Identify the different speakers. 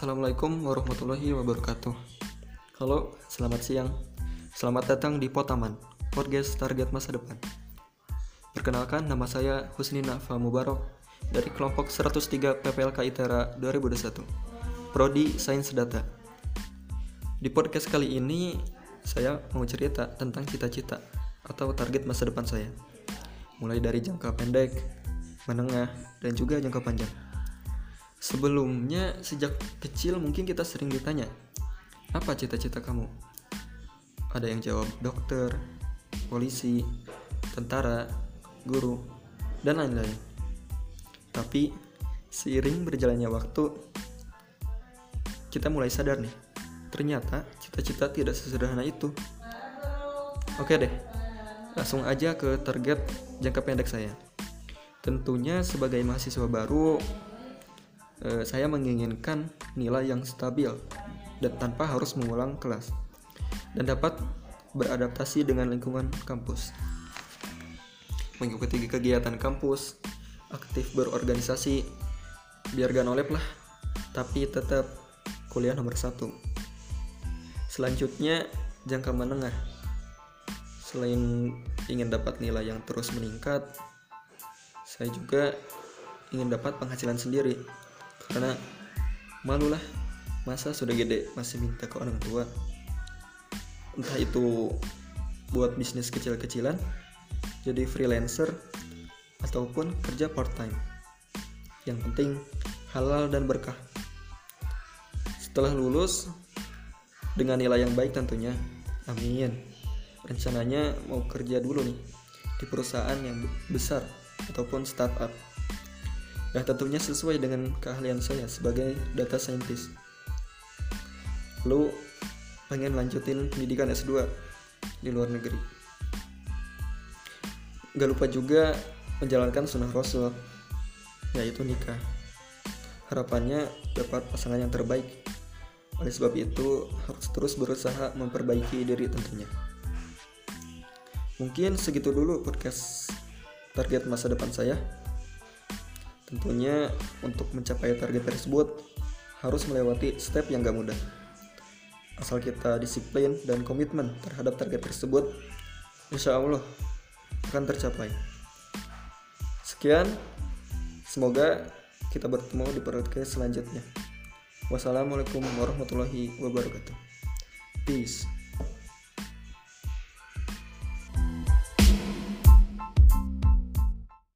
Speaker 1: Assalamualaikum warahmatullahi wabarakatuh. Halo, selamat siang. Selamat datang di Potaman, podcast target masa depan. Perkenalkan, nama saya Husni Nafa Mubarok dari kelompok 103 PPLK ITERA 2021, Prodi Sains Data. Di podcast kali ini, saya mau cerita tentang cita-cita atau target masa depan saya, mulai dari jangka pendek, menengah, dan juga jangka panjang. Sebelumnya, sejak kecil mungkin kita sering ditanya, apa cita-cita kamu? Ada yang jawab dokter, polisi, tentara, guru, dan lain-lain. Tapi, seiring berjalannya waktu, kita mulai sadar nih, ternyata cita-cita tidak sesederhana itu. Oke deh, langsung aja ke target jangka pendek saya. Tentunya sebagai mahasiswa baru, saya menginginkan nilai yang stabil dan tanpa harus mengulang kelas dan dapat beradaptasi dengan lingkungan kampus, mengikuti kegiatan kampus, aktif berorganisasi, biar gak nolep lah, tapi tetap kuliah nomor 1. Selanjutnya, jangka menengah. Selain ingin dapat nilai yang terus meningkat, saya juga ingin dapat penghasilan sendiri. Karena malulah, masa sudah gede masih minta ke orang tua. Entah itu buat bisnis kecil-kecilan, jadi freelancer, ataupun kerja part time. Yang penting halal dan berkah. Setelah lulus dengan nilai yang baik tentunya, amin. Rencananya mau kerja dulu nih di perusahaan yang besar ataupun startup. Nah, tentunya sesuai dengan keahlian saya sebagai data scientist. Lalu pengen lanjutin pendidikan S2 di luar negeri. Gak lupa juga menjalankan sunnah Rasul, yaitu nikah. Harapannya dapat pasangan yang terbaik. Oleh sebab itu harus terus berusaha memperbaiki diri tentunya. Mungkin segitu dulu podcast target masa depan saya. Tentunya untuk mencapai target tersebut harus melewati step yang gak mudah. Asal kita disiplin dan komitmen terhadap target tersebut, insya Allah akan tercapai. Sekian, semoga kita bertemu di podcast selanjutnya. Wassalamualaikum warahmatullahi wabarakatuh. Peace.